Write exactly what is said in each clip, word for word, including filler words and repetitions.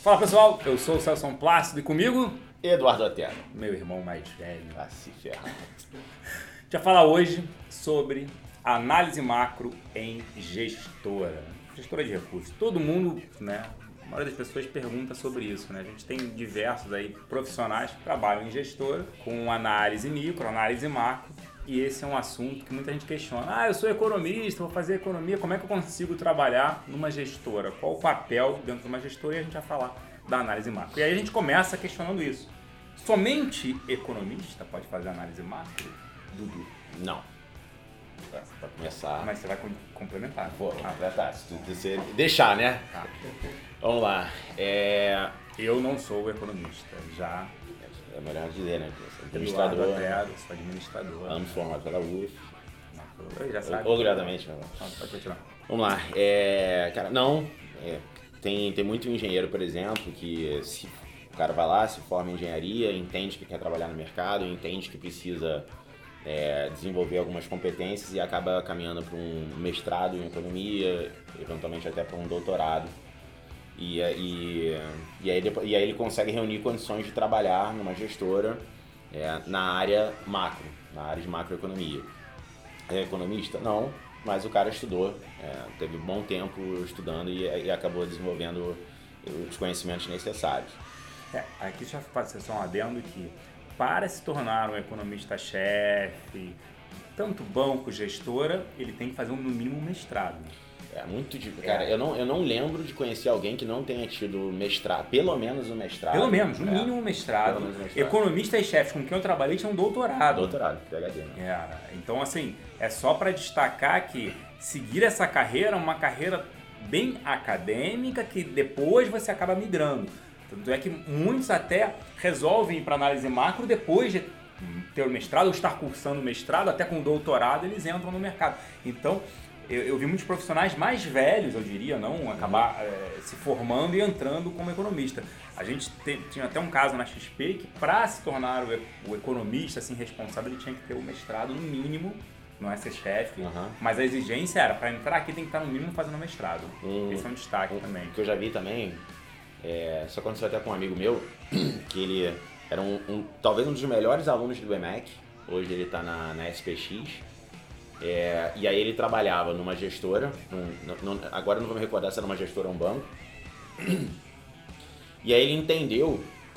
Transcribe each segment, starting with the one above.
Fala pessoal, eu sou o Celso Plácido e comigo, Eduardo Otero, meu irmão mais velho. Ah, se ferrar. A gente vai falar hoje sobre análise macro em gestora, gestora de recursos. Todo mundo, né, a maioria das pessoas pergunta sobre isso, né? A gente tem diversos aí profissionais que trabalham em gestora com análise micro, análise macro. E esse é um assunto que muita gente questiona. Ah, eu sou economista, vou fazer economia, como é que eu consigo trabalhar numa gestora? Qual o papel dentro de uma gestora? E a gente vai falar da análise macro. E aí a gente começa questionando isso. Somente economista pode fazer análise macro, Dudu? Não. Para começar... Mas você vai complementar. Vou completar, se tu você deixar, né? Tá. Vamos lá. É... Eu não sou economista, já... É melhor dizer, né? Administrador. Administrador. Eu sou administrador. Ano formado pela U F. Eu já sabe. Orgulhosamente, meu irmão. Pode continuar. Vamos lá. É... Cara, não. É... Tem, tem muito engenheiro, por exemplo, que se o cara vai lá, se forma em engenharia, entende que quer trabalhar no mercado, entende que precisa é, desenvolver algumas competências e acaba caminhando para um mestrado em economia, eventualmente até para um doutorado. E, e, e, aí depois, e aí ele consegue reunir condições de trabalhar numa gestora é, na área macro, na área de macroeconomia. É economista? Não, mas o cara estudou, é, teve um bom tempo estudando e, e acabou desenvolvendo os conhecimentos necessários. É, aqui já pode ser só um adendo que para se tornar um economista-chefe, tanto banco, gestora, ele tem que fazer um, no mínimo um mestrado. É muito difícil. Cara, eu não, eu não lembro de conhecer alguém que não tenha tido mestrado, pelo menos um mestrado. Pelo menos, no é, mínimo um mestrado. menos um mestrado. Economistas e chefes com quem eu trabalhei tinham um doutorado. Doutorado, P H D, né? É, então, assim, é só para destacar que seguir essa carreira é uma carreira bem acadêmica que depois você acaba migrando. Tanto é que muitos até resolvem ir para análise macro depois de ter o mestrado ou estar cursando o mestrado, até com o doutorado eles entram no mercado. Então, Eu, eu vi muitos profissionais mais velhos, eu diria, não acabar uhum. é, se formando e entrando como economista. A gente te, tinha até um caso na X P que, para se tornar o, o economista assim, responsável, ele tinha que ter o mestrado no mínimo, não é ser chefe, uhum. mas a exigência era, para entrar aqui tem que estar no mínimo fazendo mestrado. Um, Esse é um destaque um, também. O que eu já vi também, é, isso aconteceu até com um amigo meu, que ele era um, um, talvez um dos melhores alunos do B M E C, hoje ele está na, na S P X. É, e aí ele trabalhava numa gestora, num, num, agora eu não vou me recordar se era uma gestora ou um banco, e aí ele entendeu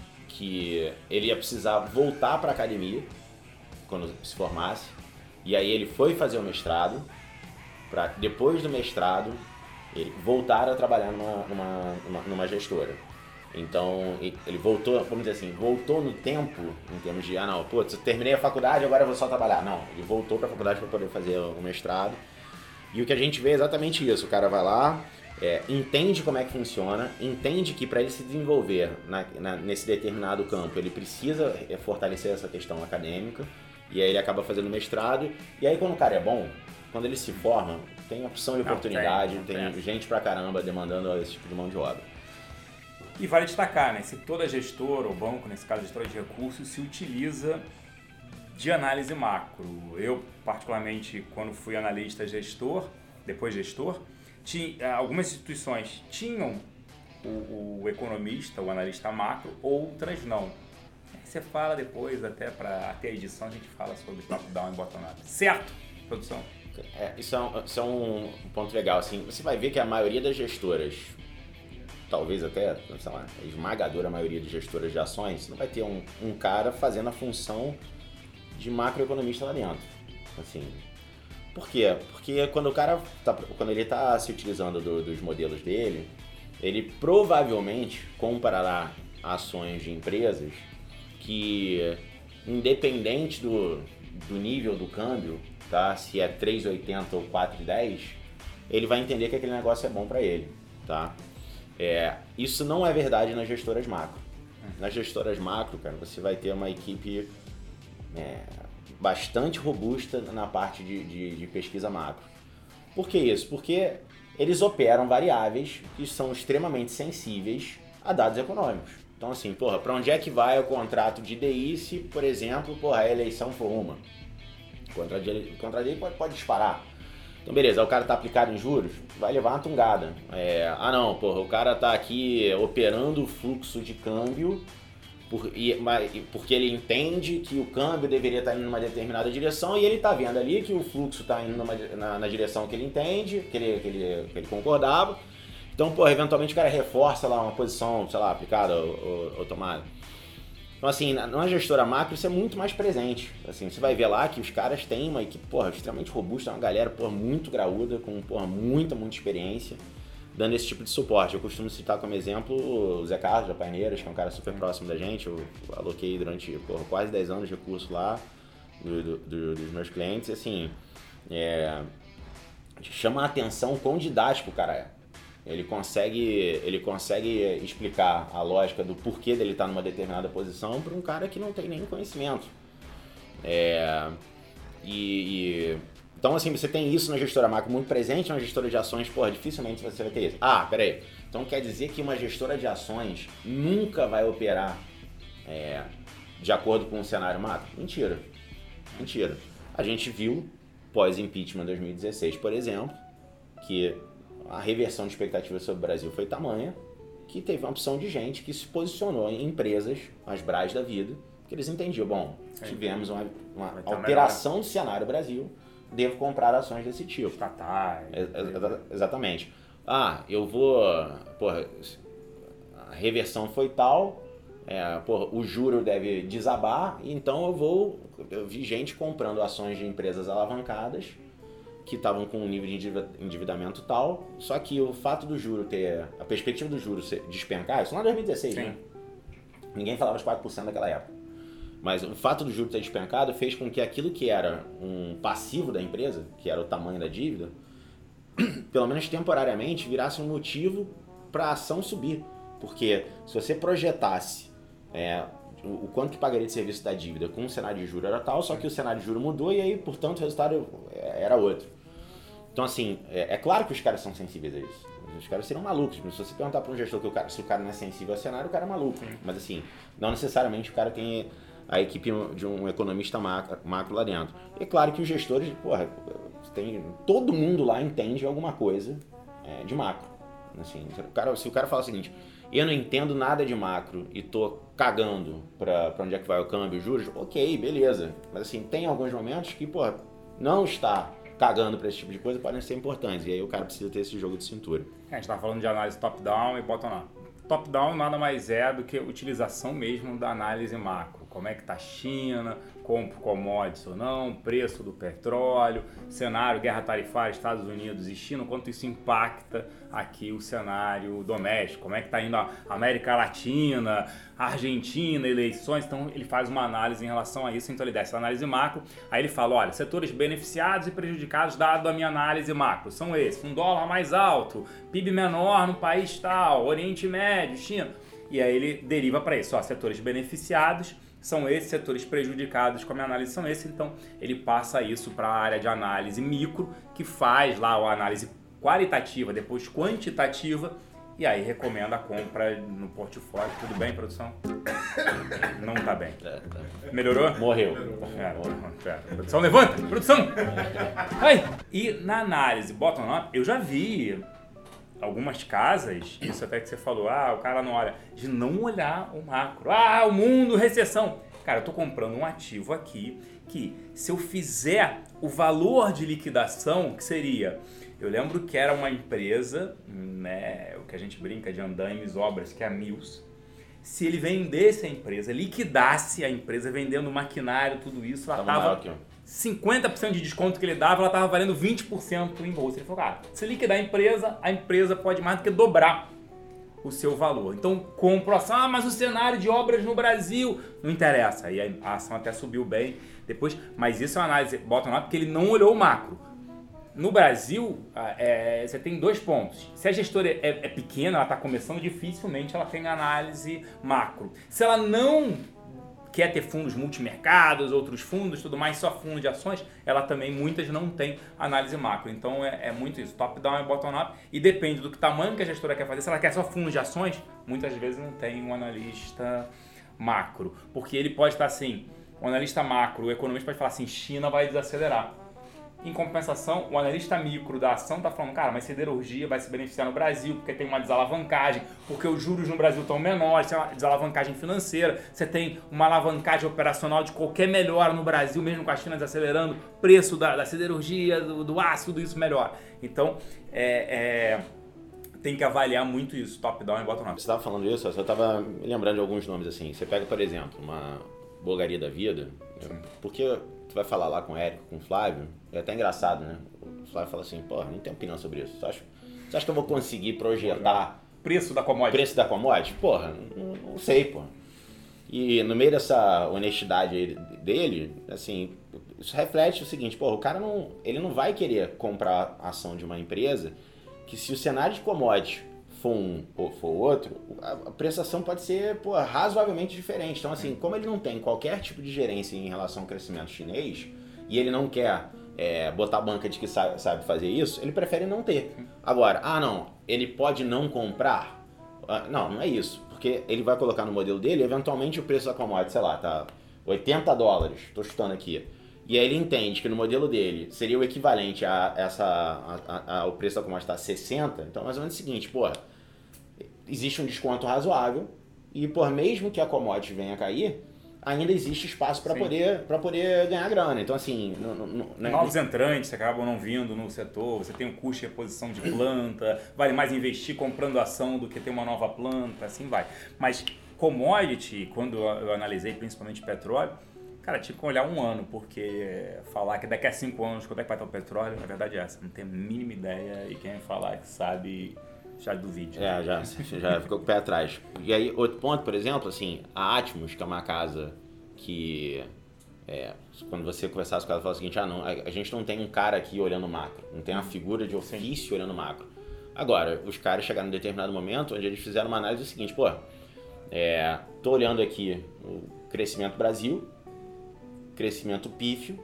que ele ia precisar voltar para a academia quando se formasse, e aí ele foi fazer o mestrado, para depois do mestrado ele voltar a trabalhar numa, numa, numa, numa gestora. Então, ele voltou, vamos dizer assim, voltou no tempo, em termos de, ah não, putz, eu terminei a faculdade, agora eu vou só trabalhar. Não, ele voltou para a faculdade para poder fazer o mestrado. E o que a gente vê é exatamente isso, o cara vai lá, é, entende como é que funciona, entende que para ele se desenvolver na, na, nesse determinado campo, ele precisa fortalecer essa questão acadêmica, e aí ele acaba fazendo mestrado, e aí quando o cara é bom, quando ele se forma, tem opção de oportunidade, não, tem, não tem, tem gente pra caramba demandando esse tipo de mão de obra. E vale destacar, né, se toda gestora ou banco, nesse caso gestora de recursos, se utiliza de análise macro. Eu, particularmente, quando fui analista gestor, depois gestor, tinha, algumas instituições tinham o, o economista, o analista macro, outras não. Você fala depois, até para ter a edição, a gente fala sobre top-down e bottom-up. Certo, produção? É, isso é, um, isso é um ponto legal. Assim, você vai ver que a maioria das gestoras, talvez até, sei lá, a esmagadora maioria de gestoras de ações, você não vai ter um, um cara fazendo a função de macroeconomista lá dentro. Assim, por quê? Porque quando o cara tá, quando ele está se utilizando do, dos modelos dele, ele provavelmente comparará ações de empresas que, independente do, do nível do câmbio, tá? Se é três reais e oitenta centavos ou quatro reais e dez centavos, ele vai entender que aquele negócio é bom para ele, tá? É, isso não é verdade nas gestoras macro. Nas gestoras macro, cara, você vai ter uma equipe é, bastante robusta na parte de, de, de pesquisa macro. Por que isso? Porque eles operam variáveis que são extremamente sensíveis a dados econômicos. Então, assim, porra, para onde é que vai o contrato de D I se, por exemplo, porra, a eleição for uma? O contrato de, o contrato de D I pode, pode disparar. Então, beleza, o cara tá aplicado em juros, vai levar uma tungada. É, ah, não, porra, o cara tá aqui operando o fluxo de câmbio por, e, mas, porque ele entende que o câmbio deveria estar indo numa determinada direção e ele tá vendo ali que o fluxo tá indo numa, na, na direção que ele entende, que ele, que, ele, que ele concordava. Então, porra, eventualmente o cara reforça lá uma posição, sei lá, aplicada ou, ou, ou tomada. Então, assim, numa gestora macro isso é muito mais presente. Assim, você vai ver lá que os caras têm uma equipe, porra, extremamente robusta, uma galera, porra, muito graúda, com, porra, muita, muita experiência, dando esse tipo de suporte. Eu costumo citar como exemplo o Zé Carlos, da Paineiras, que é um cara super próximo da gente. Eu aloquei durante, porra, quase dez anos de recurso lá, do, do, do, dos meus clientes. Assim, é, chama a atenção o quão didático o cara é. Ele consegue, ele consegue explicar a lógica do porquê dele estar numa determinada posição para um cara que não tem nenhum conhecimento. É, e, e, então, assim, você tem isso na gestora macro muito presente, na gestora de ações, porra, dificilmente você vai ter isso. Ah, peraí. Então quer dizer que uma gestora de ações nunca vai operar é, de acordo com o cenário macro? Mentira. Mentira. A gente viu, pós-impeachment dois mil e dezesseis, por exemplo, que a reversão de expectativas sobre o Brasil foi tamanha que teve uma opção de gente que se posicionou em empresas, as Braz da vida, que eles entendiam, bom, tivemos uma, uma alteração do cenário Brasil, devo comprar ações desse tipo. Estatais. É, é, exatamente. Ah, eu vou... Porra, a reversão foi tal, é, porra, o juro deve desabar, então eu vou... Eu vi gente comprando ações de empresas alavancadas que estavam com um nível de endividamento tal, só que o fato do juro ter, a perspectiva do juro ser, despencar, isso lá em dois mil e dezesseis, né? Ninguém falava de quatro por cento naquela época. Mas o fato do juro ter despencado fez com que aquilo que era um passivo da empresa, que era o tamanho da dívida, pelo menos temporariamente, virasse um motivo para a ação subir. Porque se você projetasse é, o quanto que pagaria de serviço da dívida com o cenário de juros era tal, só que o cenário de juros mudou e aí, portanto, o resultado era outro. Então, assim, é, é claro que os caras são sensíveis a isso. Os caras seriam malucos. Se você perguntar para um gestor que o cara, se o cara não é sensível ao cenário, o cara é maluco. Mas, assim, não necessariamente o cara tem a equipe de um economista macro, macro lá dentro. E é claro que os gestores, porra, tem, todo mundo lá entende alguma coisa é, de macro. Assim, o cara, se o cara fala o seguinte, eu não entendo nada de macro e tô cagando para onde é que vai o câmbio, juros, ok, beleza. Mas, assim, tem alguns momentos que, porra, não está cagando para esse tipo de coisa podem ser importantes. E aí o cara precisa ter esse jogo de cintura. É, a gente tá falando de análise top-down e bottom-up. Top-down nada mais é do que a utilização mesmo da análise macro. Como é que tá a China, compro commodities ou não, preço do petróleo, cenário, guerra tarifária, Estados Unidos e China, quanto isso impacta aqui o cenário doméstico, como é que tá indo a América Latina, Argentina, eleições. Então ele faz uma análise em relação a isso, então ele desce a análise macro, aí ele fala, olha, setores beneficiados e prejudicados dado a minha análise macro, são esses, um dólar mais alto, P I B menor no país tal, Oriente Médio, China, e aí ele deriva para isso, ó, setores beneficiados são esses, setores prejudicados com a minha análise são esses, então ele passa isso para a área de análise micro, que faz lá a análise qualitativa, depois quantitativa, e aí recomenda a compra no portfólio. Tudo bem, produção? Não tá bem. Melhorou? Morreu. É, é. Produção, levanta! Produção! Ai. E na análise bottom-up, eu já vi algumas casas, isso até que você falou, ah, o cara não olha, de não olhar o macro. Ah, o mundo, recessão. Cara, eu tô comprando um ativo aqui que, se eu fizer o valor de liquidação, que seria... Eu lembro que era uma empresa, né, o que a gente brinca de andaimes, obras, que é a Mills. Se ele vendesse a empresa, liquidasse a empresa vendendo maquinário, tudo isso, ela estava cinquenta por cento de desconto que ele dava, ela estava valendo vinte por cento em bolsa. Ele falou, cara, se liquidar a empresa, a empresa pode mais do que dobrar o seu valor. Então, compro a ação, ah, mas o cenário de obras no Brasil não interessa. Aí a ação até subiu bem depois, mas isso é uma análise bottom-up porque ele não olhou o macro. No Brasil, é, você tem dois pontos. Se a gestora é, é pequena, ela está começando, dificilmente ela tem análise macro. Se ela não quer ter fundos multimercados, outros fundos, tudo mais, só fundo de ações, ela também, muitas não tem análise macro. Então é, é muito isso, top-down e bottom-up, e depende do tamanho que a gestora quer fazer. Se ela quer só fundos de ações, muitas vezes não tem um analista macro. Porque ele pode estar assim, o analista macro, o economista pode falar assim, China vai desacelerar. Em compensação, o analista micro da ação está falando, cara, mas siderurgia vai se beneficiar no Brasil porque tem uma desalavancagem, porque os juros no Brasil estão menores, tem uma desalavancagem financeira, você tem uma alavancagem operacional de qualquer melhora no Brasil, mesmo com a China desacelerando, preço da, da siderurgia, do, do aço, tudo isso melhora. Então, é, é, tem que avaliar muito isso, top-down e bottom-up. Você estava falando isso, eu estava me lembrando de alguns nomes assim. Você pega, por exemplo, uma Bulgaria da vida, né? Porque tu vai falar lá com o Érico, com o Flávio, é até engraçado, né? O Flávio fala assim, pô, não tenho opinião sobre isso. Você acha, você acha que eu vou conseguir projetar... Preço da commodity. Preço da commodity? Porra, não, não sei, pô. E no meio dessa honestidade aí dele, assim, isso reflete o seguinte, pô, o cara não, ele não vai querer comprar a ação de uma empresa que se o cenário de commodity for um ou for outro, a prestação pode ser, pô, razoavelmente diferente. Então, assim, como ele não tem qualquer tipo de gerência em relação ao crescimento chinês e ele não quer é, botar a banca de que sabe, sabe fazer isso, ele prefere não ter. Agora, ah, não, ele pode não comprar? Ah, não, não é isso. Porque ele vai colocar no modelo dele, eventualmente o preço da commodity, sei lá, tá oitenta dólares, tô chutando aqui. E aí ele entende que no modelo dele seria o equivalente a essa, a, a, a, o preço da commodity tá sessenta, então mais ou menos é o seguinte, porra, existe um desconto razoável e por mesmo que a commodity venha a cair, ainda existe espaço para poder, para poder ganhar grana. Então assim... No, no, no, Novos entrantes acabam não vindo no setor, você tem um custo de reposição de planta, vale mais investir comprando ação do que ter uma nova planta, assim vai. Mas commodity, quando eu analisei principalmente petróleo, cara, tinha que olhar um ano, porque falar que daqui a cinco anos quando é que vai estar o petróleo, na verdade é essa, não tenho a mínima ideia e quem falar que sabe... já duvide. É, já, já ficou com o pé atrás. E aí, outro ponto, por exemplo, assim, a Atmos, que é uma casa que, é, quando você conversasse com ela, fala o seguinte, ah, não, a gente não tem um cara aqui olhando macro, não tem uma figura de ofício Sim. olhando macro. Agora, os caras chegaram em determinado momento onde eles fizeram uma análise do seguinte, pô, é, tô olhando aqui o crescimento Brasil, crescimento pífio,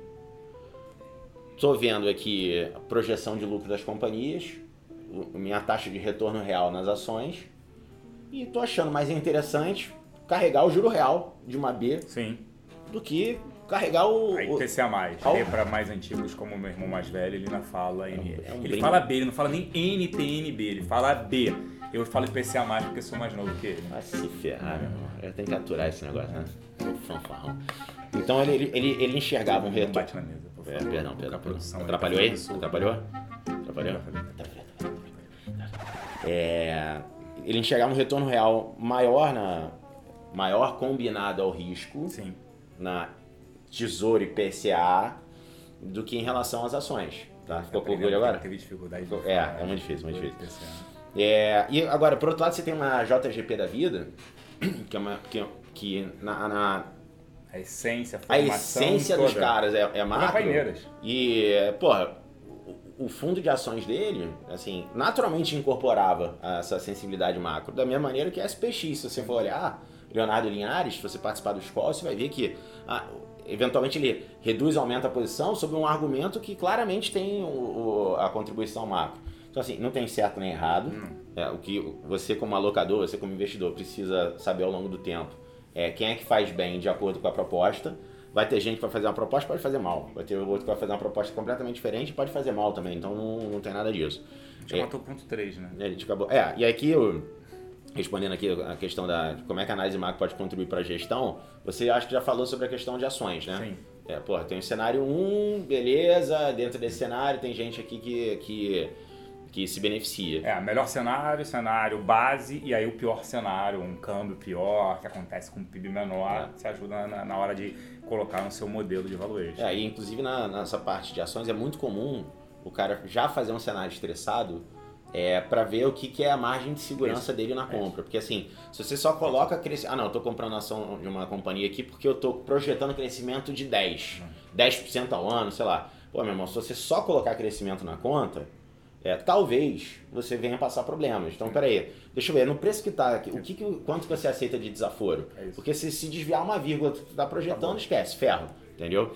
tô vendo aqui a projeção de lucro das companhias, minha taxa de retorno real nas ações e tô achando mais interessante carregar o juro real de uma B Sim. do que carregar o... Aí T C A mais, ao... para mais antigos como o meu irmão mais velho, ele não fala N. É um, é um ele brinco. fala B, ele não fala nem N T N B, ele fala B. Eu falo I P C A mais porque sou mais novo que ele. Vai se ferrar, meu irmão. Eu tenho que aturar esse negócio, né? Sou fanfarrão. Então ele, ele, ele enxergava um retorno... Bate na mesa, por favor. É, perdão, perdão. perdão. Atrapalhou aí? Atrapalhou? Atrapalhou? É, ele enxergava um retorno real maior, na, maior combinado ao risco Sim. na Tesouro I P C A do que em relação às ações. Tá? Ficou com orgulho agora? Teve dificuldade de É, é muito difícil, muito difícil. É, e agora, por outro lado, você tem uma J G P da vida, que é uma... Que, que na, na a essência, a A formação essência toda. dos caras é, é macro. Paineiras. E, porra, o, o fundo de ações dele, assim, naturalmente incorporava essa sensibilidade macro, da mesma maneira que a S P X. Se você for olhar, Leonardo Linhares, se você participar do Skol, você vai ver que, ah, eventualmente, ele reduz, aumenta a posição sob um argumento que claramente tem o, o, a contribuição macro. Então, assim, não tem certo nem errado. Hum. É, o que você, como alocador, você, como investidor, precisa saber ao longo do tempo é quem é que faz bem de acordo com a proposta. Vai ter gente que vai fazer uma proposta pode fazer mal. Vai ter outro que vai fazer uma proposta completamente diferente e pode fazer mal também. Então, não, não tem nada disso. A gente é, matou o ponto três, né? A gente acabou. É, e aqui, eu, respondendo aqui a questão da de como é que a análise macro pode contribuir para a gestão, você acho que já falou sobre a questão de ações, né? Sim. É, porra, tem o cenário um, beleza, dentro desse cenário tem gente aqui que... que que se beneficia. É, melhor cenário, cenário base, e aí o pior cenário, um câmbio pior, que acontece com um P I B menor, é. Você ajuda na, na hora de colocar no seu modelo de valuation. É, e inclusive na, nessa parte de ações é muito comum o cara já fazer um cenário estressado é, para ver o que, que é a margem de segurança Isso. dele na compra. Isso. Porque assim, se você só coloca crescimento... Ah, não, eu tô comprando ação de uma companhia aqui porque eu tô projetando crescimento de dez, dez por cento ao ano, sei lá. Pô, meu irmão, se você só colocar crescimento na conta... É, talvez você venha passar problemas. Então, peraí, deixa eu ver, no preço que está aqui, o que, que, quanto que você aceita de desaforo? É Porque se se desviar uma vírgula, tu está projetando, esquece, ferro, entendeu?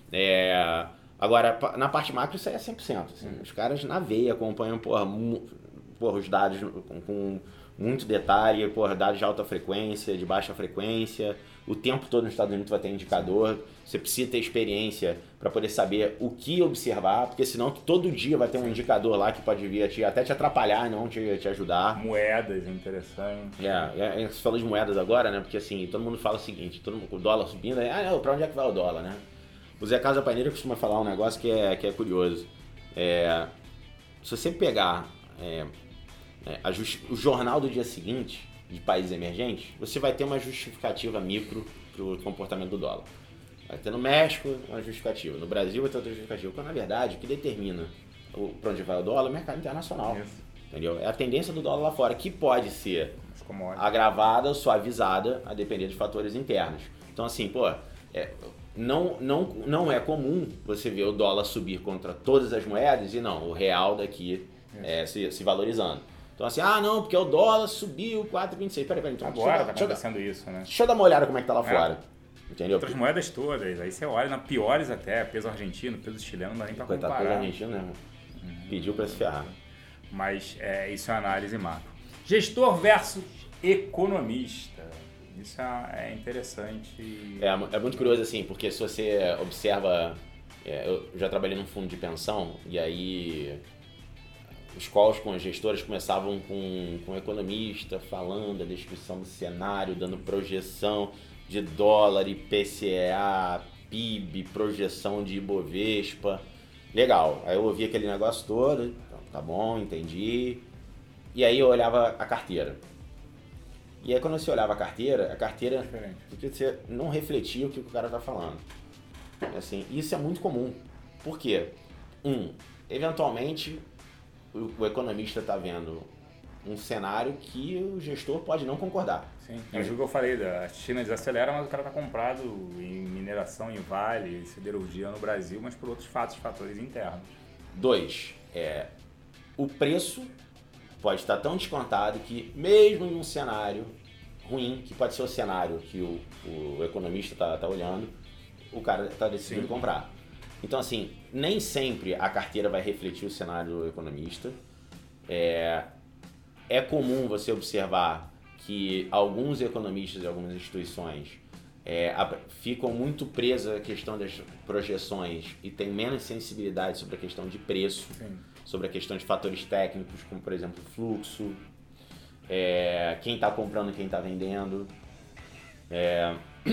É, agora, na parte macro, isso aí é cem por cento. Assim, hum. Os caras na veia acompanham, porra, porra, os dados com, com muito detalhe, porra, dados de alta frequência, de baixa frequência, o tempo todo nos Estados Unidos vai ter indicador, você precisa ter experiência para poder saber o que observar, porque senão todo dia vai ter um indicador lá que pode vir te, até te atrapalhar e não te, te ajudar. Moedas, interessante. É, é, você falou de moedas agora, né? Porque assim, todo mundo fala o seguinte, todo mundo, o dólar subindo, aí, ah, não, pra onde é que vai o dólar, né? O Zé Casa Paineira costuma falar um negócio que é, que é curioso. É, se você pegar é, é, a justi- o jornal do dia seguinte de países emergentes, você vai ter uma justificativa micro para o comportamento do dólar. Vai ter no México uma justificativa, no Brasil vai ter outra justificativa. Quando na verdade o que determina para onde vai o dólar é o mercado internacional. Isso. Entendeu? É a tendência do dólar lá fora, que pode ser agravada ou suavizada a depender de fatores internos. Então assim, pô, é, Não, não, não é comum você ver o dólar subir contra todas as moedas e não, o real daqui é, se, se valorizando. Então assim, ah não, porque o dólar subiu quatro vírgula vinte e seis. Peraí, peraí, então, agora deixa, tá deixa, acontecendo isso, né? Deixa eu dar uma olhada como é que tá lá é. fora. Entendeu? Outras moedas todas, aí você olha, na piores até, peso argentino, peso chileno, não dá nem pra Coitado, comparar. peso argentino, né? Uhum. Pediu pra se ferrar. Mas é, isso é análise macro. Gestor versus economista. Isso é interessante. É, é muito curioso assim, porque se você observa, é, eu já trabalhei num fundo de pensão e aí os calls com as gestoras começavam com, com o economista falando a descrição do cenário, dando projeção de dólar, I P C E A, P I B, projeção de Ibovespa. Legal, aí eu ouvi aquele negócio todo, então, tá bom, entendi. E aí eu olhava a carteira. E aí quando você olhava a carteira, a carteira você não refletia o que o cara tá falando. Assim, isso é muito comum. Por quê? Um, eventualmente o, o economista está vendo um cenário que o gestor pode não concordar. Sim, é o que eu falei, a China desacelera, mas o cara está comprado em mineração, em Vale, siderurgia no Brasil, mas por outros fatos, fatores internos. Dois, é, o preço pode estar tão descontado que mesmo em um cenário ruim, que pode ser o cenário que o, o economista está tá olhando, o cara está decidindo Sim. comprar. Então assim, nem sempre a carteira vai refletir o cenário do economista. É, é comum você observar que alguns economistas e algumas instituições é, a, ficam muito presos à questão das projeções e têm menos sensibilidade sobre a questão de preço. Sim. Sobre a questão de fatores técnicos, como por exemplo fluxo, é, quem está comprando e quem está vendendo. É,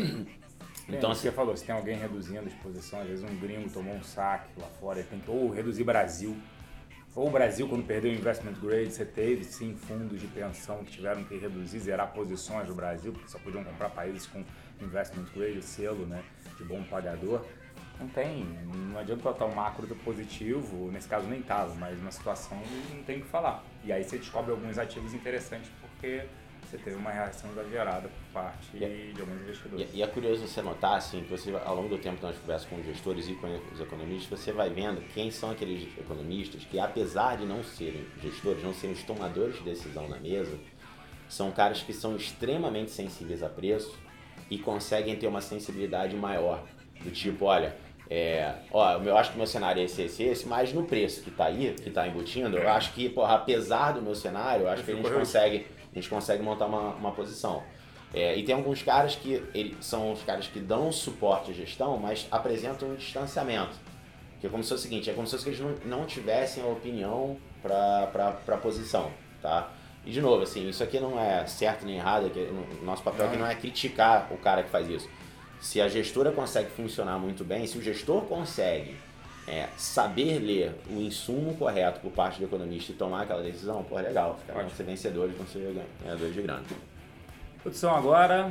então, assim, você falou, se tem alguém reduzindo a exposição, às vezes um gringo tomou um saque lá fora, tem que ou reduzir Brasil, ou o Brasil quando perdeu o investment grade, você teve sim fundos de pensão que tiveram que reduzir, zerar posições do Brasil, porque só podiam comprar países com investment grade, o selo, né, de bom pagador. Não tem, não adianta botar um macro do positivo, nesse caso nem estava, mas uma situação não tem o que falar. E aí você descobre alguns ativos interessantes porque você teve uma reação exagerada por parte e, de alguns investidores. E, e é curioso você notar, assim, que você, ao longo do tempo que nós conversamos com os gestores e com os economistas, você vai vendo quem são aqueles economistas que, apesar de não serem gestores, não serem os tomadores de decisão na mesa, são caras que são extremamente sensíveis a preço e conseguem ter uma sensibilidade maior. Do tipo, olha, é, ó, eu acho que o meu cenário é esse, esse, esse, mas no preço que tá aí, que tá embutindo, eu acho que, porra, apesar do meu cenário, eu acho que a gente consegue, a gente consegue montar uma, uma posição. É, e tem alguns caras que eles são os caras que dão suporte à gestão, mas apresentam um distanciamento. Que é como se fosse o seguinte, é como se eles não, não tivessem a opinião para a posição, tá? E de novo, assim, isso aqui não é certo nem errado, que o nosso papel aqui não é criticar o cara que faz isso. Se a gestora consegue funcionar muito bem, se o gestor consegue é, saber ler o insumo correto por parte do economista e tomar aquela decisão, pô, é legal, os caras vão ser vencedores, vão ser ganhadores de grana. Produção, agora,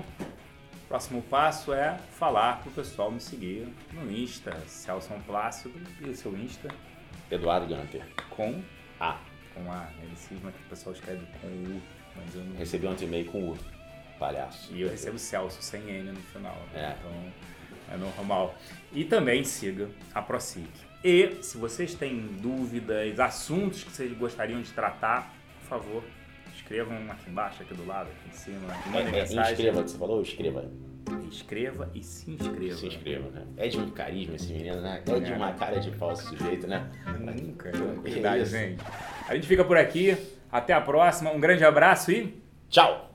o próximo passo é falar pro pessoal me seguir no Insta, Celso Plácido, e o seu Insta? Eduardo Gunter. Com A. Com A, ele cisma que o pessoal escreve com U, mas eu não... Recebi um e-mail com U. Palhaço. E eu recebo Celso sem N no final, é. Então é normal. E também siga a ProSig. E se vocês têm dúvidas, assuntos que vocês gostariam de tratar, por favor, escrevam aqui embaixo, aqui do lado, aqui em cima, mandem é, mensagem. Inscreva, que você falou? Escreva. escreva e se inscreva. Se inscreva, né? É de um carisma esse menino, né? É de uma cara de pau esse sujeito, né? Nunca, verdade, gente. A gente fica por aqui. Até a próxima. Um grande abraço e... tchau!